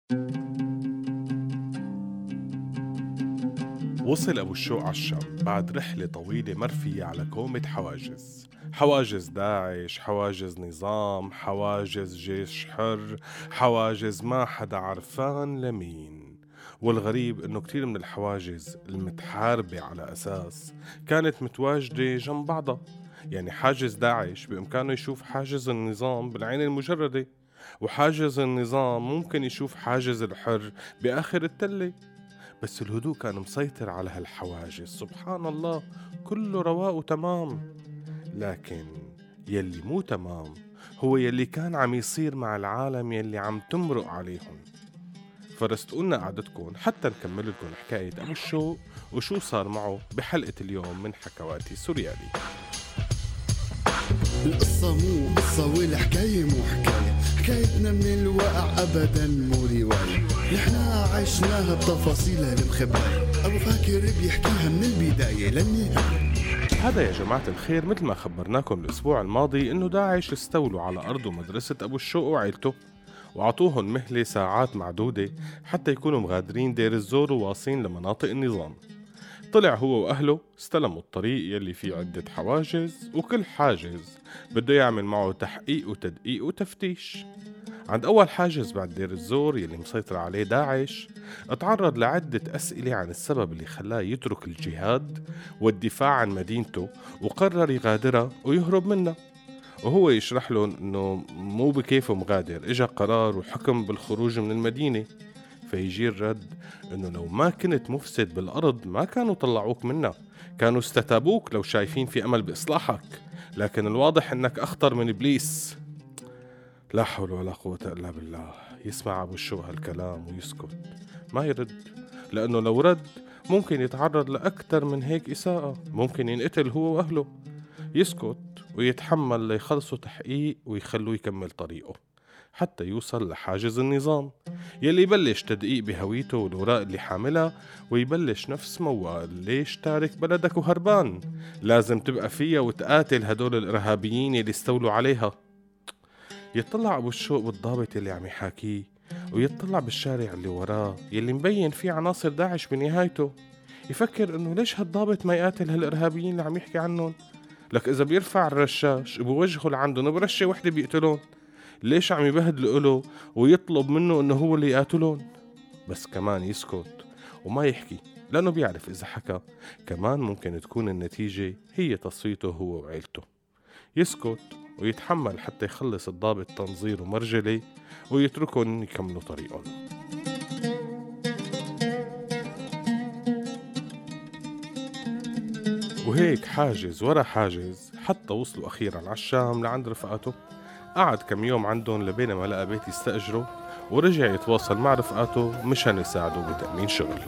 وصل أبو الشوق على الشام بعد رحلة طويلة مرفية على كومة حواجز. حواجز داعش، حواجز نظام، حواجز جيش حر، حواجز ما حدا عرفان لمين. والغريب انه كتير من الحواجز المتحاربة على اساس كانت متواجدة جنب بعضها. يعني حاجز داعش بإمكانه يشوف حاجز النظام بالعين المجردة، وحاجز النظام ممكن يشوف حاجز الحر بآخر التلة. بس الهدوء كان مسيطر على هالحواجز، سبحان الله، كله رواق وتمام. لكن يلي مو تمام هو يلي كان عم يصير مع العالم يلي عم تمرق عليهم. فرستقولنا قعدتكم حتى نكمل لكم حكاية أبو الشوق وشو صار معه بحلقة اليوم من حكواتي سوريالي. القصة مو قصة والحكاية مو حكاية، حكايتنا من الواقع أبدا مو رواية، نحنا عشناها بتفاصيلها المخباية، أبو فاكر بيحكيها من البداية للنهاية. هذا يا جماعة الخير مثل ما خبرناكم الأسبوع الماضي إنه داعش استولوا على أرض ومدرسة أبو الشوق وعيلته، وعطوهم مهلة ساعات معدودة حتى يكونوا مغادرين دير الزور وواصلين لمناطق النظام. طلع هو وأهله، استلموا الطريق يلي فيه عدة حواجز، وكل حاجز بده يعمل معه تحقيق وتدقيق وتفتيش. عند أول حاجز بعد دير الزور يلي مسيطر عليه داعش، اتعرض لعدة أسئلة عن السبب اللي خلاه يترك الجهاد والدفاع عن مدينته وقرر يغادرها ويهرب منها. وهو يشرح لهم انه مو بكيفه مغادر، اجا قرار وحكم بالخروج من المدينة. فيجي الرد انه لو ما كنت مفسد بالارض ما كانوا طلعوك منها، كانوا استتابوك لو شايفين في امل باصلاحك، لكن الواضح انك اخطر من ابليس. لا حول ولا قوة الا بالله. يسمع ابو الشوق هالكلام ويسكت، ما يرد، لانه لو رد ممكن يتعرض لاكثر من هيك اساءة، ممكن ينقتل هو واهله. يسكت ويتحمل ليخلصوا تحقيق ويخلوه يكمل طريقه حتى يوصل لحاجز النظام يلي يبلش تدقيق بهويته والوراق اللي حاملها، ويبلش نفس موال: ليش تارك بلدك وهربان؟ لازم تبقى فيها وتقاتل هدول الإرهابيين يلي استولوا عليها. يطلع أبو الشوق بالضابط يلي عم يحاكيه، ويطلع بالشارع اللي وراه يلي مبين فيه عناصر داعش بنهايته. يفكر انه ليش هالضابط ما يقاتل هالإرهابيين اللي عم يحكي عنهم؟ لك إذا بيرفع الرشاش بوجهه لعندهم برشة وحدة بيقتلون، ليش عم يبهدلوا له ويطلب منه إنه هو اللي يقاتلون؟ بس كمان يسكت وما يحكي، لأنه بيعرف إذا حكى كمان ممكن تكون النتيجة هي تصفيته هو وعيلته. يسكت ويتحمل حتى يخلص الضابط تنظير ومرجلي ويتركهم يكملوا طريقهم. وهيك حاجز ورا حاجز حتى وصلوا أخيرا على الشام لعند رفقاته. قعد كم يوم عندهم لبين ما لقى بيت يستأجره، ورجع يتواصل مع رفقاته مشان يساعدوا بتأمين شغل.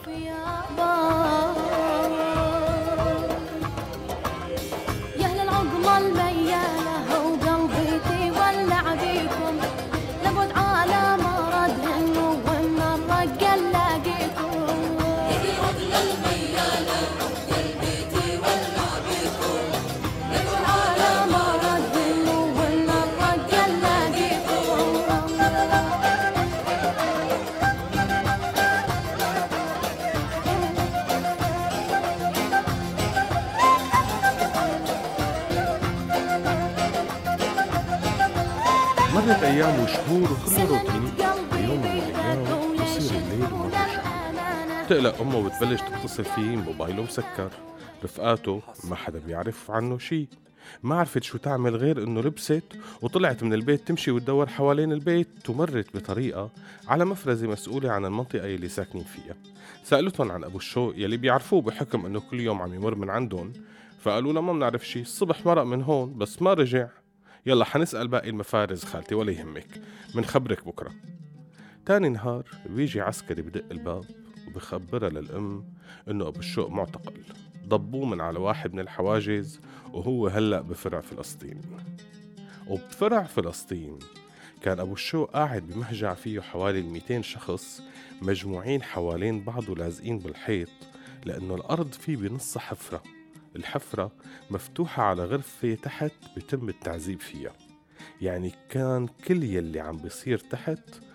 مرت أيام وشهور وكله روتين. يوم من الأيام بصير الليل وما في شغل. تقلق أمه وتبلش تتصل فيه، موبايله مسكر. رفقاته ما حدا بيعرف عنه شي. ما عرفت شو تعمل غير إنه لبست وطلعت من البيت تمشي وتدور حوالين البيت، ومرت بطريقة على مفرزة مسؤولة عن المنطقة يلي ساكنين فيها. سألتهم عن أبو الشوق يلي بيعرفوه بحكم إنه كل يوم عم يمر من عندهم، فقالوا لها ما بنعرف شي، الصبح مرق من هون بس ما رجع. يلا حنسأل باقي المفارز خالتي ولا يهمك، منخبرك بكرة. تاني نهار بيجي عسكري بدق الباب وبخبرها للأم إنه أبو الشوق معتقل، ضبوه من على واحد من الحواجز وهو هلأ بفرع فلسطين. وبفرع فلسطين كان أبو الشوق قاعد بمهجع فيه حوالي 200 شخص مجموعين حوالين بعض ولازقين بالحيط، لأنه الأرض فيه بنص حفرة. الحفرة مفتوحة على غرفة تحت بتم التعذيب فيها، يعني كان كل يلي عم بيصير تحت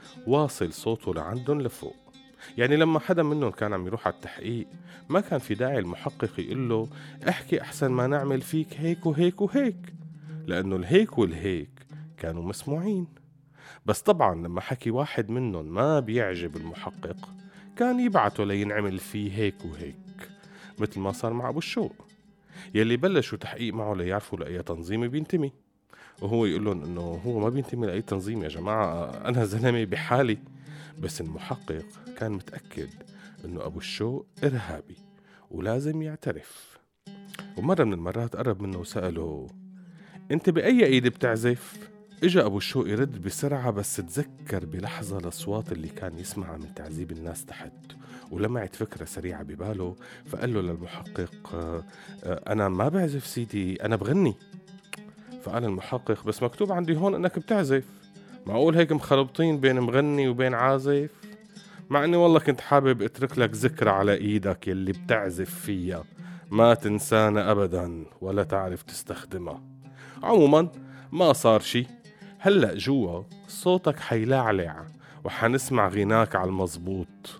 واصل صوته لعندن لفوق. يعني لما حدا منهم كان عم يروح على التحقيق ما كان في داعي المحقق يقول له احكي أحسن ما نعمل فيك هيك وهيك وهيك، لأنه الهيك والهيك كانوا مسموعين. بس طبعا لما حكي واحد منهم ما بيعجب المحقق كان يبعته لينعمل فيه هيك وهيك، مثل ما صار مع أبو الشوق يلي بلشوا تحقيق معه ليعرفوا لأي تنظيم بينتمي، وهو يقول لهم إنه هو ما بينتمي لأي تنظيم يا جماعة، أنا زلمة بحالي. بس المحقق كان متأكد إنه أبو الشوق إرهابي ولازم يعترف. ومرة من المرات قرب منه وسأله أنت بأي إيد بتعزف؟ إجا أبو الشوق يرد بسرعة، بس تذكر بلحظة الأصوات اللي كان يسمعها من تعذيب الناس تحت، ولمعت فكرة سريعة بباله، فقال له للمحقق أنا ما بعزف سيدي، أنا بغني. فقال المحقق بس مكتوب عندي هون أنك بتعزف، معقول هيك مخلبطين بين مغني وبين عازف؟ مع أني والله كنت حابب أترك لك ذكرى على إيدك يلي بتعزف فيها، ما تنسانا أبدا ولا تعرف تستخدمها. عموما ما صار شي، هلأ جوا صوتك حيلعلع وحنسمع غناك على المزبوط.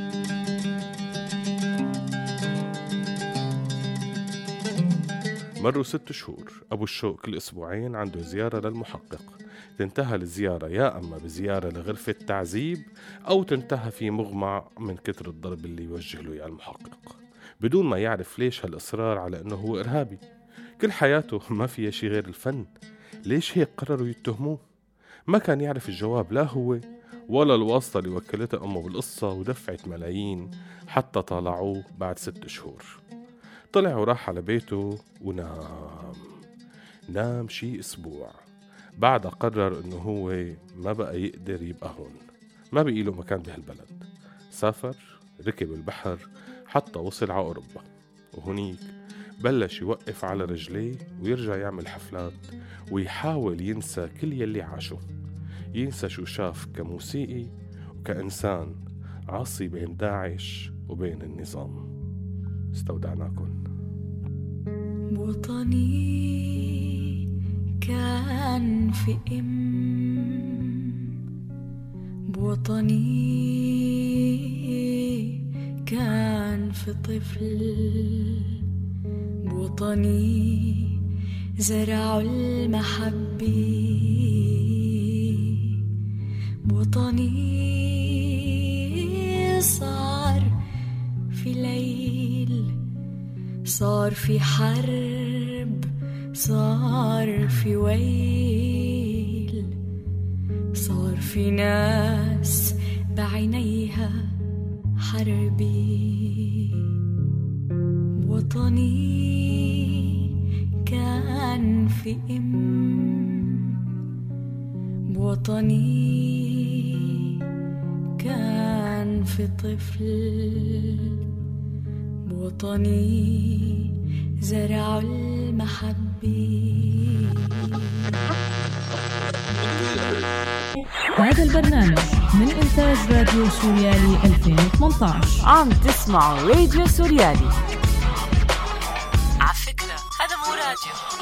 مروا 6 شهور، أبو الشوق كل أسبوعين عنده زيارة للمحقق، تنتهى الزيارة يا أما بزيارة لغرفة تعذيب أو تنتهى في مغمع من كتر الضرب اللي يوجه له يا المحقق، بدون ما يعرف ليش هالإصرار على أنه هو إرهابي. كل حياته ما فيها شي غير الفن، ليش هيك قرروا يتهموه؟ ما كان يعرف الجواب لا هو ولا الواسطة اللي وكلتها أمه بالقصة ودفعت ملايين حتى طالعوه بعد 6 شهور. طلع وراح على بيته نام شي أسبوع، بعد قرر إنه هو ما بقى يقدر يبقى هون، ما بقي له مكان بهالبلد. سافر، ركب البحر حتى وصل على أوروبا، وهنيك بلش يوقف على رجليه ويرجع يعمل حفلات ويحاول ينسى كل يلي عاشه، ينسى شو شاف كموسيقي وكإنسان عاصي بين داعش وبين النظام. استودعناكم. وطني كان في بوطني كان في طفل، بوطني زرع المحبة، بوطني صار في ليل، صار في حرب، صار في ويل، صار في ناس بعينيها حربي. وطني كان في بوطني كان في طفل، بوطني زرع المحبة. هذا البرنامج من إنتاج راديو سوريالي 2018. عم تسمعوا راديو سوريالي. على فكرة هذا مو راديو.